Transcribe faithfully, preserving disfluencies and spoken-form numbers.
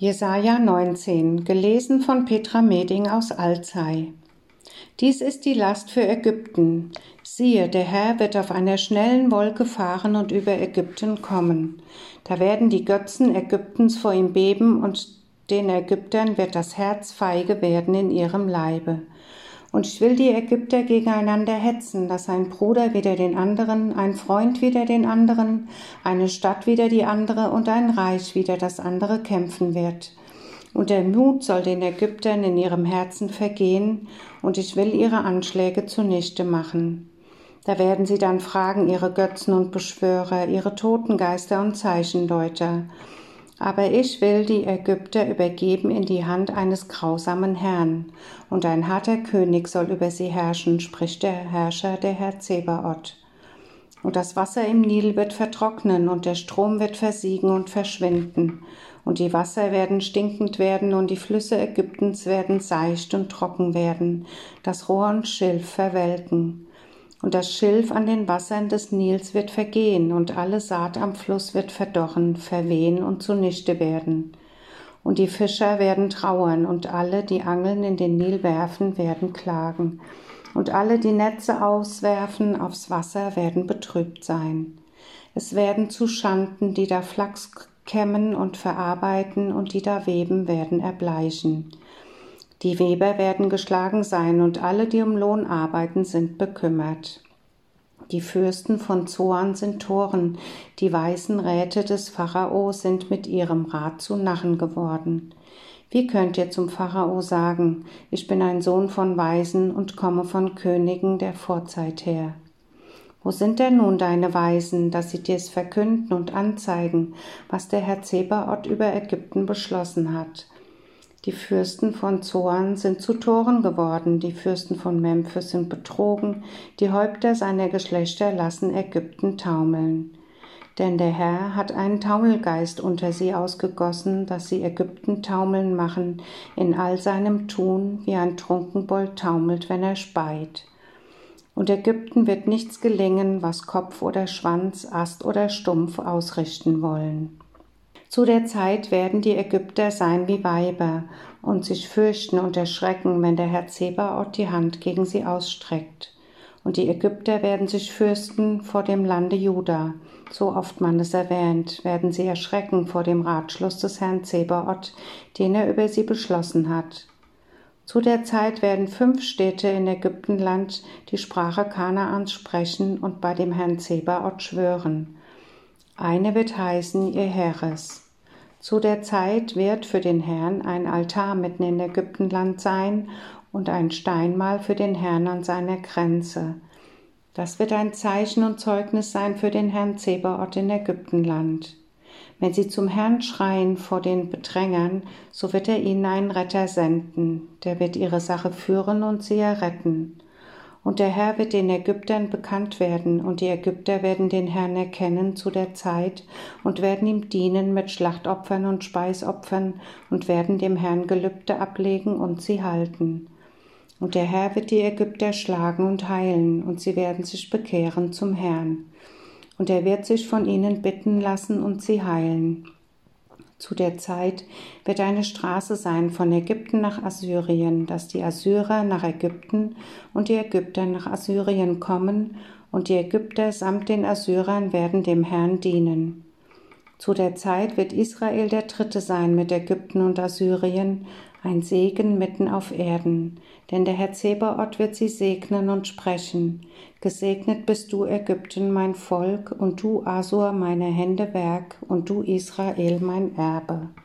Jesaja neunzehn, gelesen von Petra Meding aus Alzey. Dies ist die Last für Ägypten. Siehe, der Herr wird auf einer schnellen Wolke fahren und über Ägypten kommen. Da werden die Götzen Ägyptens vor ihm beben, und den Ägyptern wird das Herz feige werden in ihrem Leibe. Und ich will die Ägypter gegeneinander hetzen, dass ein Bruder wider den anderen, ein Freund wider den anderen, eine Stadt wider die andere und ein Reich wider das andere kämpfen wird. Und der Mut soll den Ägyptern in ihrem Herzen vergehen, und ich will ihre Anschläge zunichte machen. Da werden sie dann fragen, ihre Götzen und Beschwörer, ihre Totengeister und Zeichendeuter. Aber ich will die Ägypter übergeben in die Hand eines grausamen Herrn, und ein harter König soll über sie herrschen, spricht der Herrscher, der Herr Zebaoth. Und das Wasser im Nil wird vertrocknen, und der Strom wird versiegen und verschwinden, und die Wasser werden stinkend werden, und die Flüsse Ägyptens werden seicht und trocken werden, das Rohr und Schilf verwelken. Und das Schilf an den Wassern des Nils wird vergehen, und alle Saat am Fluss wird verdorren, verwehen und zunichte werden. Und die Fischer werden trauern, und alle, die Angeln in den Nil werfen, werden klagen. Und alle, die Netze auswerfen aufs Wasser, werden betrübt sein. Es werden zu Schanden, die da Flachs kämmen und verarbeiten, und die da weben, werden erbleichen. Die Weber werden geschlagen sein, und alle, die um Lohn arbeiten, sind bekümmert. Die Fürsten von Zoan sind Toren, die weisen Räte des Pharao sind mit ihrem Rat zu Narren geworden. Wie könnt ihr zum Pharao sagen, ich bin ein Sohn von Weisen und komme von Königen der Vorzeit her? Wo sind denn nun deine Weisen, dass sie dir's verkünden und anzeigen, was der Herr Zebaoth über Ägypten beschlossen hat? Die Fürsten von Zoan sind zu Toren geworden, die Fürsten von Memphis sind betrogen, die Häupter seiner Geschlechter lassen Ägypten taumeln. Denn der Herr hat einen Taumelgeist unter sie ausgegossen, dass sie Ägypten taumeln machen in all seinem Tun, wie ein Trunkenbold taumelt, wenn er speit. Und Ägypten wird nichts gelingen, was Kopf oder Schwanz, Ast oder Stumpf ausrichten wollen. Zu der Zeit werden die Ägypter sein wie Weiber und sich fürchten und erschrecken, wenn der Herr Zebaoth die Hand gegen sie ausstreckt. Und die Ägypter werden sich fürchten vor dem Lande Juda, so oft man es erwähnt, werden sie erschrecken vor dem Ratschluss des Herrn Zebaoth, den er über sie beschlossen hat. Zu der Zeit werden fünf Städte in Ägyptenland die Sprache Kanaans sprechen und bei dem Herrn Zebaoth schwören. Eine wird heißen ihr Heres. Zu der Zeit wird für den Herrn ein Altar mitten in Ägyptenland sein und ein Steinmal für den Herrn an seiner Grenze. Das wird ein Zeichen und Zeugnis sein für den Herrn Zebaoth in Ägyptenland. Wenn sie zum Herrn schreien vor den Bedrängern, so wird er ihnen einen Retter senden, der wird ihre Sache führen und sie erretten. Und der Herr wird den Ägyptern bekannt werden, und die Ägypter werden den Herrn erkennen zu der Zeit und werden ihm dienen mit Schlachtopfern und Speisopfern und werden dem Herrn Gelübde ablegen und sie halten. Und der Herr wird die Ägypter schlagen und heilen, und sie werden sich bekehren zum Herrn. Und er wird sich von ihnen bitten lassen und sie heilen. Zu der Zeit wird eine Straße sein von Ägypten nach Assyrien, dass die Assyrer nach Ägypten und die Ägypter nach Assyrien kommen, und die Ägypter samt den Assyrern werden dem Herrn dienen. Zu der Zeit wird Israel der Dritte sein mit Ägypten und Assyrien, ein Segen mitten auf Erden. Denn der Herr Zebaoth wird sie segnen und sprechen: Gesegnet bist du, Ägypten, mein Volk, und du, Assur, meine Hände Werk, und du, Israel, mein Erbe.